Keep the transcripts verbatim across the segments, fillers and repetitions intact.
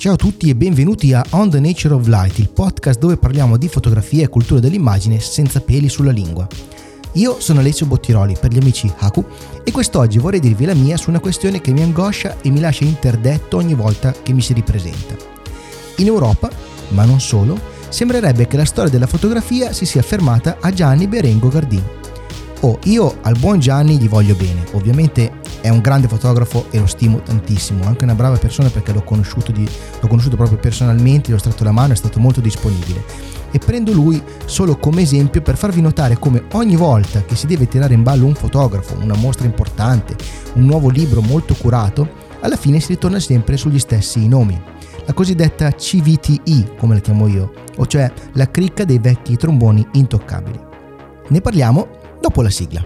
Ciao a tutti e benvenuti a On the Nature of Light, il podcast dove parliamo di fotografia e cultura dell'immagine senza peli sulla lingua. Io sono Alessio Bottiroli per gli amici Haku e quest'oggi vorrei dirvi la mia su una questione che mi angoscia e mi lascia interdetto ogni volta che mi si ripresenta. In Europa, ma non solo, sembrerebbe che la storia della fotografia si sia fermata a Gianni Berengo Gardin. Oh, io al buon Gianni gli voglio bene, ovviamente è un grande fotografo e lo stimo tantissimo, anche una brava persona perché l'ho conosciuto, di, l'ho conosciuto proprio personalmente, gli ho stretto la mano, è stato molto disponibile. E prendo lui solo come esempio per farvi notare come ogni volta che si deve tirare in ballo un fotografo, una mostra importante, un nuovo libro molto curato, alla fine si ritorna sempre sugli stessi nomi. La cosiddetta C V T I, come la chiamo io, o cioè la cricca dei vecchi tromboni intoccabili. Ne parliamo dopo la sigla.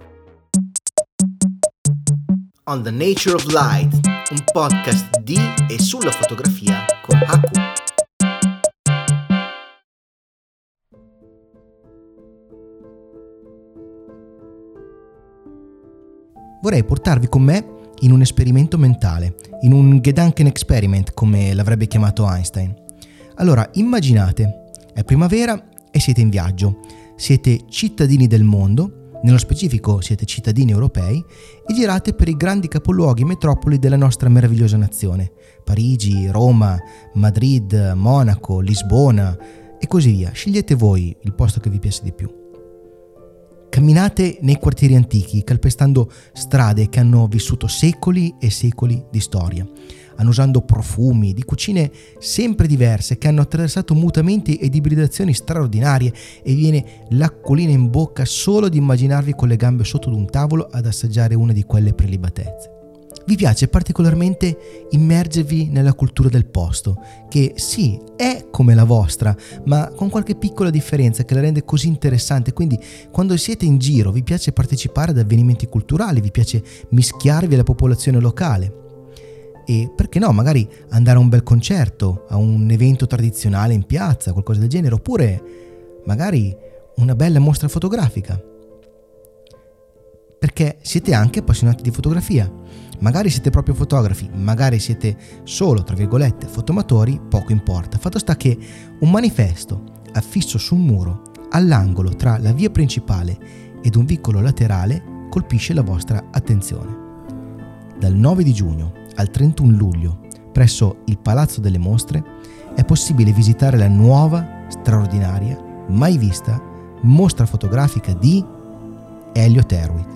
On the Nature of Light, un podcast di e sulla fotografia con Haku. Vorrei portarvi con me in un esperimento mentale, in un Gedanken Experiment, come l'avrebbe chiamato Einstein. Allora, immaginate, è primavera e siete in viaggio, siete cittadini del mondo, nello specifico siete cittadini europei, e girate per i grandi capoluoghi e metropoli della nostra meravigliosa nazione: Parigi, Roma, Madrid, Monaco, Lisbona e così via. Scegliete voi il posto che vi piace di più. Camminate nei quartieri antichi, calpestando strade che hanno vissuto secoli e secoli di storia, annusando profumi di cucine sempre diverse che hanno attraversato mutamenti ed ibridazioni straordinarie, e viene l'acquolina in bocca solo di immaginarvi con le gambe sotto d'un tavolo ad assaggiare una di quelle prelibatezze. Vi piace particolarmente immergervi nella cultura del posto, che sì, è come la vostra, ma con qualche piccola differenza che la rende così interessante. Quindi quando siete in giro vi piace partecipare ad avvenimenti culturali, vi piace mischiarvi alla popolazione locale. E perché no, magari andare a un bel concerto, a un evento tradizionale in piazza, qualcosa del genere, oppure magari una bella mostra fotografica. Perché siete anche appassionati di fotografia. Magari siete proprio fotografi, magari siete solo, tra virgolette, fotoamatori, poco importa. Fatto sta che un manifesto affisso su un muro all'angolo tra la via principale ed un vicolo laterale colpisce la vostra attenzione. Dal nove di giugno al trentuno luglio, presso il Palazzo delle Mostre, è possibile visitare la nuova, straordinaria, mai vista mostra fotografica di Elliott Erwitt.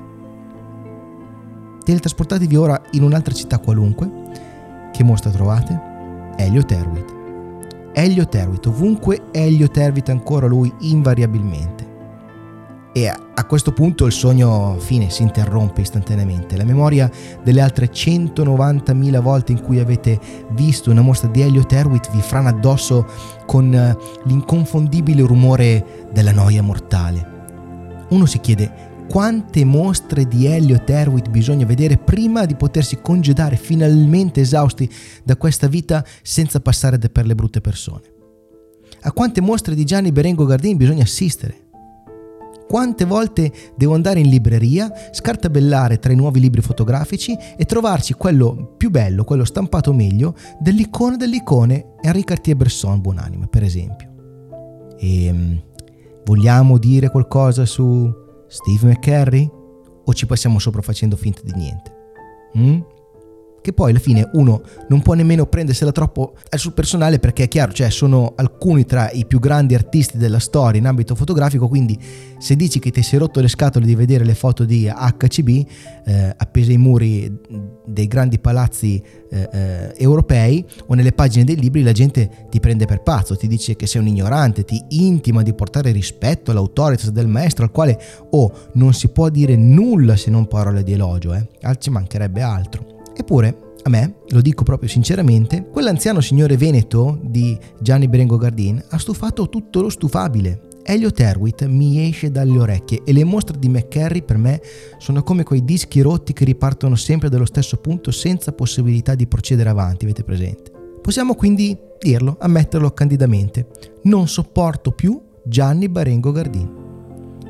Teletrasportatevi ora in un'altra città qualunque. Che mostra trovate? Elliott Erwitt. Elliott Erwitt, ovunque Elliott Erwitt, ancora lui, invariabilmente. E a questo punto il sogno fine si interrompe istantaneamente. La memoria delle altre centonovantamila volte in cui avete visto una mostra di Elliott Erwitt vi frana addosso con l'inconfondibile rumore della noia mortale. Uno si chiede: quante mostre di Elliott Erwitt bisogna vedere prima di potersi congedare finalmente esausti da questa vita senza passare per le brutte persone? A quante mostre di Gianni Berengo Gardin bisogna assistere? Quante volte devo andare in libreria, scartabellare tra i nuovi libri fotografici e trovarci quello più bello, quello stampato meglio, dell'icona dell'icone Henri Cartier-Bresson, buonanima, per esempio. E vogliamo dire qualcosa su Steve McCurry? O ci passiamo sopra facendo finta di niente? Mm? Che poi alla fine uno non può nemmeno prendersela troppo al sul personale, perché è chiaro, cioè sono alcuni tra i più grandi artisti della storia in ambito fotografico, quindi se dici che ti sei rotto le scatole di vedere le foto di H C B eh, appese ai muri dei grandi palazzi eh, eh, europei o nelle pagine dei libri, la gente ti prende per pazzo, ti dice che sei un ignorante, ti intima di portare rispetto all'autoritas del maestro, al quale oh, non si può dire nulla se non parole di elogio, eh? Ci mancherebbe altro. Eppure, a me, lo dico proprio sinceramente, quell'anziano signore veneto di Gianni Berengo Gardin ha stufato tutto lo stufabile. Elliott Erwitt mi esce dalle orecchie e le mostre di McCurry per me sono come quei dischi rotti che ripartono sempre dallo stesso punto senza possibilità di procedere avanti, avete presente? Possiamo quindi dirlo, ammetterlo candidamente: non sopporto più Gianni Berengo Gardin.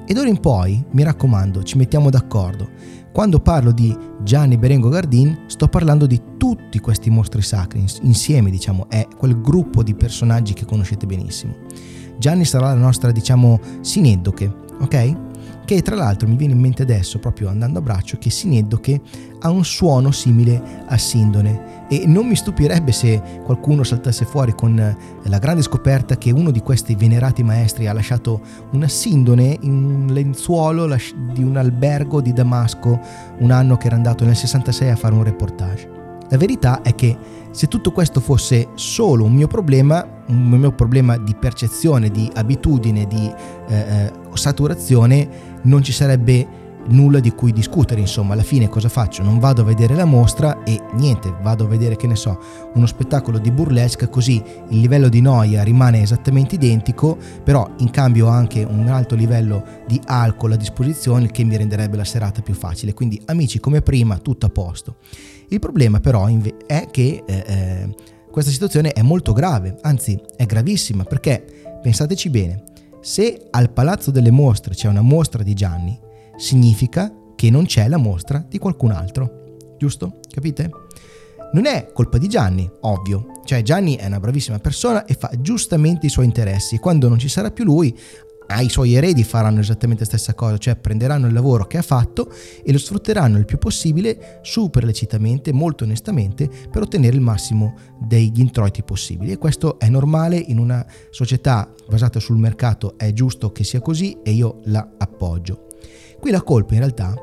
E d'ora in poi, mi raccomando, ci mettiamo d'accordo. Quando parlo di Gianni Berengo Gardin, sto parlando di tutti questi mostri sacri, insieme, diciamo, è quel gruppo di personaggi che conoscete benissimo. Gianni sarà la nostra, diciamo, sineddoche, ok? Che tra l'altro mi viene in mente adesso, proprio andando a braccio, che sineddoche ha un suono simile a sindone, e non mi stupirebbe se qualcuno saltasse fuori con la grande scoperta che uno di questi venerati maestri ha lasciato una sindone in un lenzuolo di un albergo di Damasco un anno che era andato nel sessantasei a fare un reportage. La verità è che se tutto questo fosse solo un mio problema, un mio problema di percezione, di abitudine, di eh, saturazione, non ci sarebbe nulla di cui discutere. Insomma, alla fine cosa faccio? Non vado a vedere la mostra e niente, vado a vedere, che ne so, uno spettacolo di burlesque, così il livello di noia rimane esattamente identico, però in cambio ho anche un alto livello di alcol a disposizione, che mi renderebbe la serata più facile. Quindi amici come prima, tutto a posto. Il problema però è che eh, eh, questa situazione è molto grave, anzi è gravissima, perché pensateci bene, se al Palazzo delle Mostre c'è una mostra di Gianni, significa che non c'è la mostra di qualcun altro, giusto? Capite? Non è colpa di Gianni, ovvio, cioè Gianni è una bravissima persona e fa giustamente i suoi interessi, quando non ci sarà più lui, i suoi eredi faranno esattamente la stessa cosa, cioè prenderanno il lavoro che ha fatto e lo sfrutteranno il più possibile, super lecitamente, molto onestamente, per ottenere il massimo degli introiti possibili. E questo è normale in una società basata sul mercato, è giusto che sia così e io la appoggio. Qui la colpa in realtà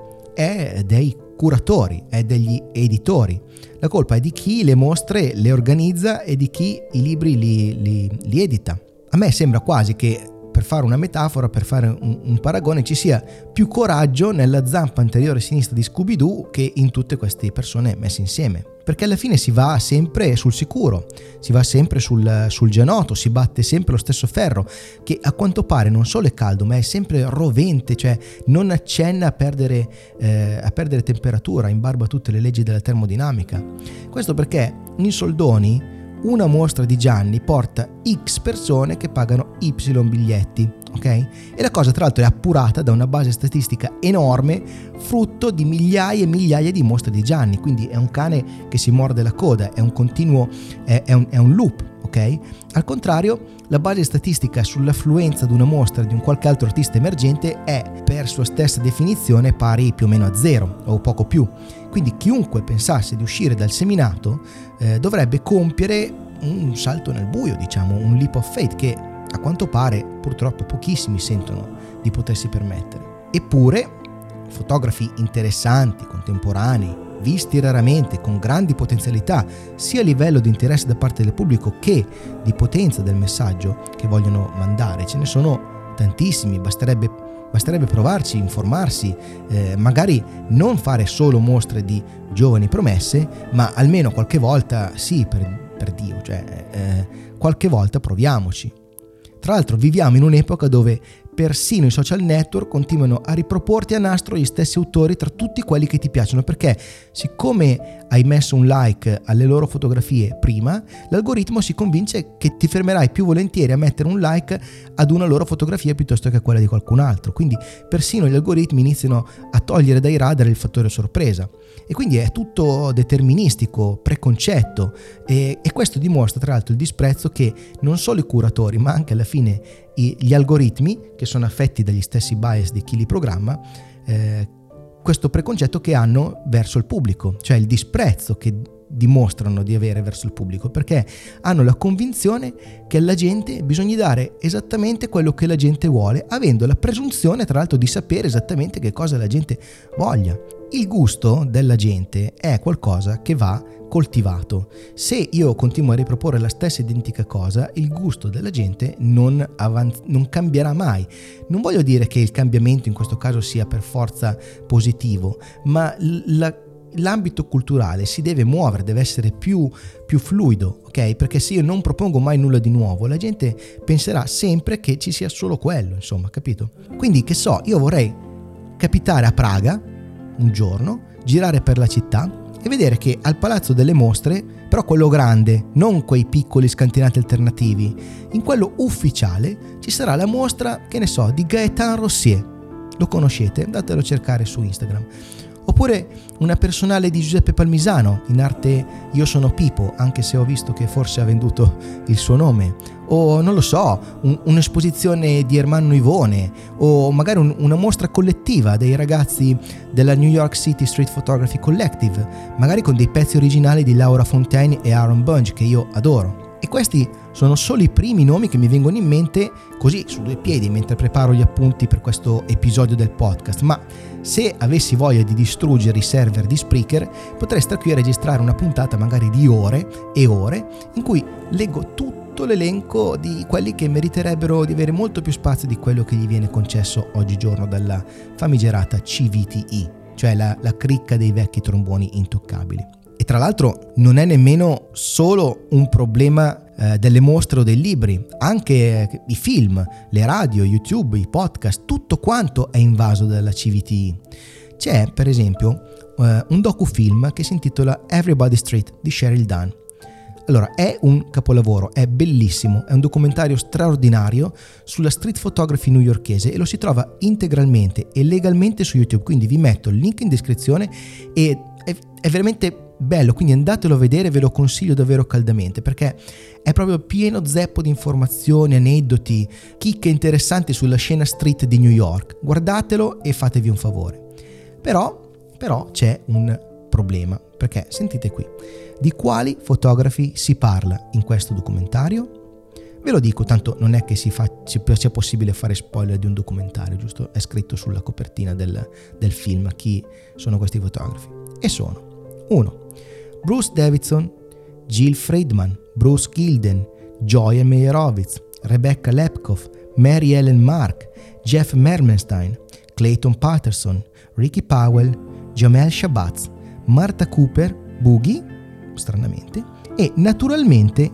è dei curatori, è degli editori, la colpa è di chi le mostre le organizza e di chi i libri li, li, li edita. A me sembra quasi che, per fare una metafora, per fare un, un paragone, ci sia più coraggio nella zampa anteriore sinistra di Scooby-Doo che in tutte queste persone messe insieme, perché alla fine si va sempre sul sicuro, si va sempre sul, sul già noto, si batte sempre lo stesso ferro, che a quanto pare non solo è caldo ma è sempre rovente, cioè non accenna a perdere, eh, a perdere temperatura, in barba a tutte le leggi della termodinamica. Questo perché in soldoni una mostra di Gianni porta X persone che pagano Y biglietti, ok? E la cosa tra l'altro è appurata da una base statistica enorme, frutto di migliaia e migliaia di mostre di Gianni, quindi è un cane che si morde la coda, è un continuo, è, è, un, è un loop, ok? Al contrario, la base statistica sull'affluenza di una mostra di un qualche altro artista emergente è, per sua stessa definizione, pari più o meno a zero o poco più. Quindi chiunque pensasse di uscire dal seminato eh, dovrebbe compiere un salto nel buio, diciamo, un leap of faith, che a quanto pare purtroppo pochissimi sentono di potersi permettere. Eppure fotografi interessanti, contemporanei, visti raramente, con grandi potenzialità sia a livello di interesse da parte del pubblico che di potenza del messaggio che vogliono mandare, ce ne sono tantissimi, basterebbe Basterebbe provarci, informarsi, eh, magari non fare solo mostre di giovani promesse, ma almeno qualche volta, sì, per, per Dio, cioè eh, qualche volta proviamoci. Tra l'altro viviamo in un'epoca dove persino i social network continuano a riproporti a nastro gli stessi autori tra tutti quelli che ti piacciono, perché siccome hai messo un like alle loro fotografie prima, l'algoritmo si convince che ti fermerai più volentieri a mettere un like ad una loro fotografia piuttosto che a quella di qualcun altro. Quindi persino gli algoritmi iniziano a togliere dai radar il fattore sorpresa, e quindi è tutto deterministico, preconcetto, e, e questo dimostra tra l'altro il disprezzo che non solo i curatori ma anche alla fine i, gli algoritmi, che sono affetti dagli stessi bias di chi li programma, eh, questo preconcetto che hanno verso il pubblico, cioè il disprezzo che dimostrano di avere verso il pubblico, perché hanno la convinzione che alla gente bisogna dare esattamente quello che la gente vuole, avendo la presunzione tra l'altro di sapere esattamente che cosa la gente voglia. Il gusto della gente è qualcosa che va coltivato. Se io continuo a riproporre la stessa identica cosa, il gusto della gente non, avanz- non cambierà mai. Non voglio dire che il cambiamento in questo caso sia per forza positivo, ma la l'ambito culturale si deve muovere, deve essere più, più fluido, ok? Perché se io non propongo mai nulla di nuovo, la gente penserà sempre che ci sia solo quello, insomma, capito? Quindi, che so, io vorrei capitare a Praga un giorno, girare per la città e vedere che al Palazzo delle Mostre, però quello grande, non quei piccoli scantinati alternativi, in quello ufficiale ci sarà la mostra, che ne so, di Gaëtan Rossier, lo conoscete, andatelo a cercare su Instagram. Oppure una personale di Giuseppe Palmisano, in arte Io sono Pipo, anche se ho visto che forse ha venduto il suo nome, o non lo so, un, un'esposizione di Ermanno Ivone, o magari un, una mostra collettiva dei ragazzi della New York City Street Photography Collective, magari con dei pezzi originali di Laura Fontaine e Aaron Bunge, che io adoro. E questi sono solo i primi nomi che mi vengono in mente così su due piedi mentre preparo gli appunti per questo episodio del podcast, ma se avessi voglia di distruggere i server di Spreaker potrei stare qui a registrare una puntata magari di ore e ore in cui leggo tutto l'elenco di quelli che meriterebbero di avere molto più spazio di quello che gli viene concesso oggigiorno dalla famigerata C V T I, cioè la, la cricca dei vecchi tromboni intoccabili. E tra l'altro non è nemmeno solo un problema eh, delle mostre o dei libri, anche eh, i film, le radio, YouTube, i podcast, tutto quanto è invaso dalla C V T I. C'è per esempio eh, un docufilm che si intitola Everybody Street di Cheryl Dunn. Allora, è un capolavoro, è bellissimo, è un documentario straordinario sulla street photography newyorkese e lo si trova integralmente e legalmente su YouTube, quindi vi metto il link in descrizione e è, è veramente bello, quindi andatelo a vedere, ve lo consiglio davvero caldamente perché è proprio pieno zeppo di informazioni, aneddoti, chicche interessanti sulla scena street di New York. Guardatelo e fatevi un favore. Però, però c'è un problema, perché sentite qui, di quali fotografi si parla in questo documentario? Ve lo dico, tanto non è che si fa, sia possibile fare spoiler di un documentario, giusto? È scritto sulla copertina del, del film chi sono questi fotografi. E sono uno Bruce Davidson, Jill Friedman, Bruce Gilden, Joy Meyerowitz, Rebecca Lepkoff, Mary Ellen Mark, Jeff Mermenstein, Clayton Patterson, Ricky Powell, Jamel Shabazz, Martha Cooper, Boogie, stranamente, e naturalmente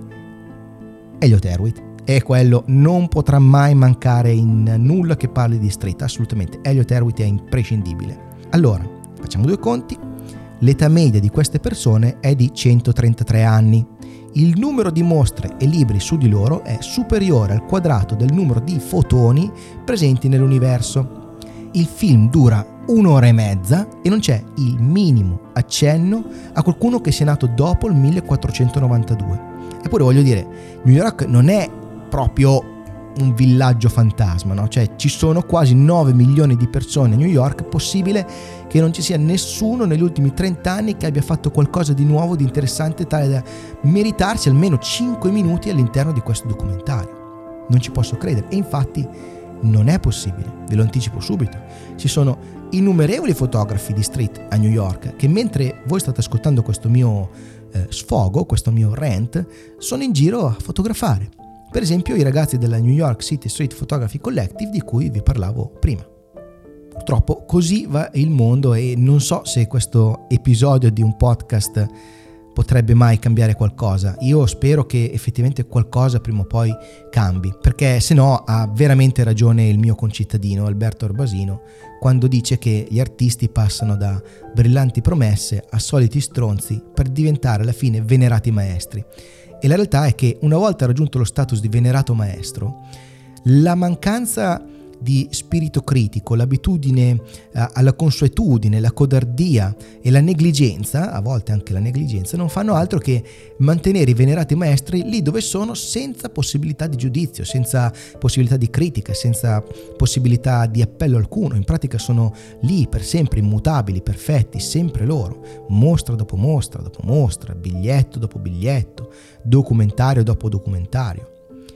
Elliot Erwitt. E quello non potrà mai mancare in nulla che parli di street, assolutamente. Elliot Erwitt è imprescindibile. Allora, facciamo due conti. L'età media di queste persone è di centotrentatré anni. Il numero di mostre e libri su di loro è superiore al quadrato del numero di fotoni presenti nell'universo. Il film dura un'ora e mezza e non c'è il minimo accenno a qualcuno che sia nato dopo il millequattrocentonovantadue. Eppure voglio dire, New York non è proprio un villaggio fantasma, no? Cioè ci sono quasi nove milioni di persone a New York, possibile che non ci sia nessuno negli ultimi trenta anni che abbia fatto qualcosa di nuovo, di interessante, tale da meritarsi almeno cinque minuti all'interno di questo documentario. Non ci posso credere e infatti non è possibile, ve lo anticipo subito. Ci sono innumerevoli fotografi di street a New York che mentre voi state ascoltando questo mio eh, sfogo, questo mio rant, sono in giro a fotografare. Per esempio i ragazzi della New York City Street Photography Collective di cui vi parlavo prima. Purtroppo così va il mondo e non so se questo episodio di un podcast potrebbe mai cambiare qualcosa. Io spero che effettivamente qualcosa prima o poi cambi, perché se no ha veramente ragione il mio concittadino Alberto Orbasino quando dice che gli artisti passano da brillanti promesse a soliti stronzi per diventare alla fine venerati maestri. E la realtà è che una volta raggiunto lo status di venerato maestro, la mancanza di spirito critico, l'abitudine eh, alla consuetudine, la codardia e la negligenza, a volte anche la negligenza, non fanno altro che mantenere i venerati maestri lì dove sono senza possibilità di giudizio, senza possibilità di critica, senza possibilità di appello alcuno. In pratica sono lì per sempre immutabili, perfetti, sempre loro, mostra dopo mostra dopo mostra, biglietto dopo biglietto, documentario dopo documentario.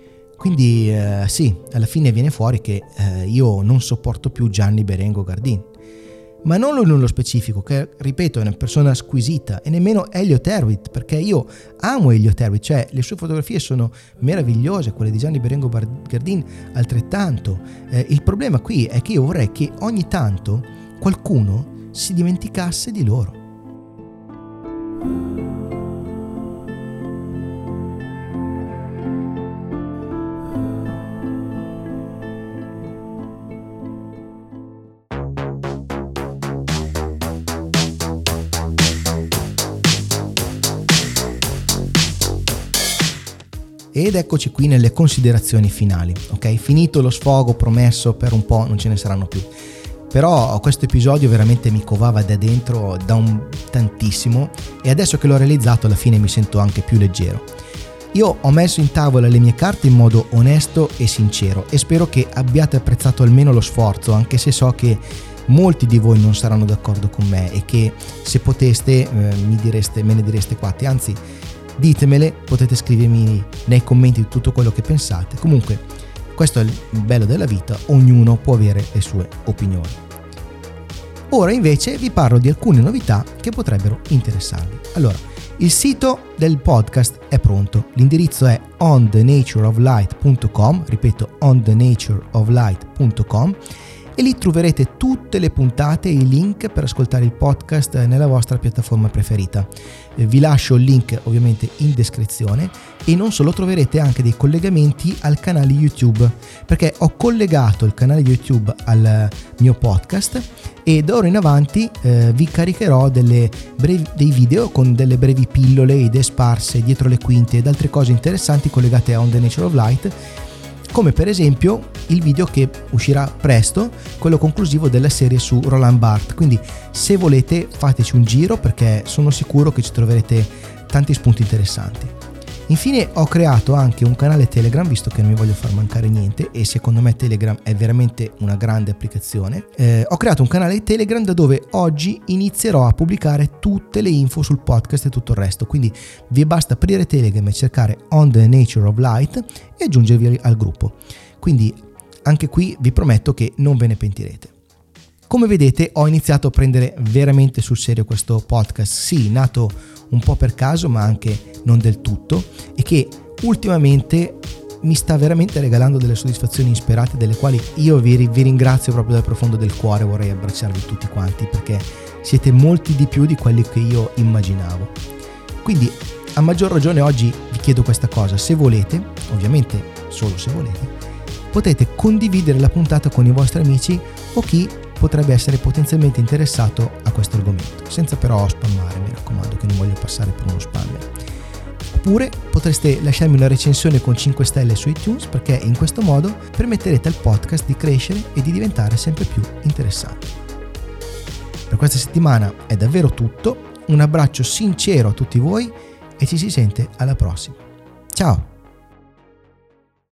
Quindi eh, sì, alla fine viene fuori che eh, io non sopporto più Gianni Berengo Gardin, ma non lui nello specifico, che ripeto è una persona squisita, e nemmeno Elliot Erwitt, perché io amo Elliot Erwitt, cioè le sue fotografie sono meravigliose, quelle di Gianni Berengo Gardin altrettanto. Eh, il problema qui è che io vorrei che ogni tanto qualcuno si dimenticasse di loro. Ed eccoci qui nelle considerazioni finali, ok? Finito lo sfogo promesso per un po', non ce ne saranno più. però questo episodio veramente mi covava da dentro da un tantissimo, e adesso che l'ho realizzato alla fine mi sento anche più leggero. Io ho messo in tavola le mie carte in modo onesto e sincero e spero che abbiate apprezzato almeno lo sforzo, anche se so che molti di voi non saranno d'accordo con me e che se poteste eh, mi direste, me ne direste quattro, anzi ditemele, potete scrivermi nei commenti tutto quello che pensate. Comunque questo è il bello della vita, ognuno può avere le sue opinioni. Ora invece vi parlo di alcune novità che potrebbero interessarvi. Allora, il sito del podcast è pronto, l'indirizzo è on the nature of light punto com, ripeto on the nature of light punto com, e lì troverete tutte le puntate e i link per ascoltare il podcast nella vostra piattaforma preferita. Vi lascio il link ovviamente in descrizione, e non solo, troverete anche dei collegamenti al canale YouTube, perché ho collegato il canale YouTube al mio podcast e da ora in avanti eh, vi caricherò delle brevi, dei video con delle brevi pillole, idee sparse, dietro le quinte ed altre cose interessanti collegate a On the Nature of Light, come per esempio il video che uscirà presto, quello conclusivo della serie su Roland Barthes. Quindi se volete fateci un giro, perché sono sicuro che ci troverete tanti spunti interessanti. Infine ho creato anche un canale Telegram, visto che non mi voglio far mancare niente e secondo me Telegram è veramente una grande applicazione. Eh, ho creato un canale Telegram da dove oggi inizierò a pubblicare tutte le info sul podcast e tutto il resto, quindi vi basta aprire Telegram e cercare On the Nature of Light e aggiungervi al gruppo. Quindi anche qui vi prometto che non ve ne pentirete. Come vedete ho iniziato a prendere veramente sul serio questo podcast, sì, nato un po' per caso ma anche non del tutto, e che ultimamente mi sta veramente regalando delle soddisfazioni insperate, delle quali io vi, vi ringrazio proprio dal profondo del cuore. Vorrei abbracciarvi tutti quanti, perché siete molti di più di quelli che io immaginavo. Quindi a maggior ragione oggi vi chiedo questa cosa: se volete, ovviamente solo se volete, potete condividere la puntata con i vostri amici o chi potrebbe essere potenzialmente interessato a questo argomento, senza però spammare, mi raccomando, che non voglio passare per uno spammer. Oppure potreste lasciarmi una recensione con cinque stelle su iTunes, perché in questo modo permetterete al podcast di crescere e di diventare sempre più interessante. Per questa settimana è davvero tutto, un abbraccio sincero a tutti voi e ci si sente alla prossima. Ciao!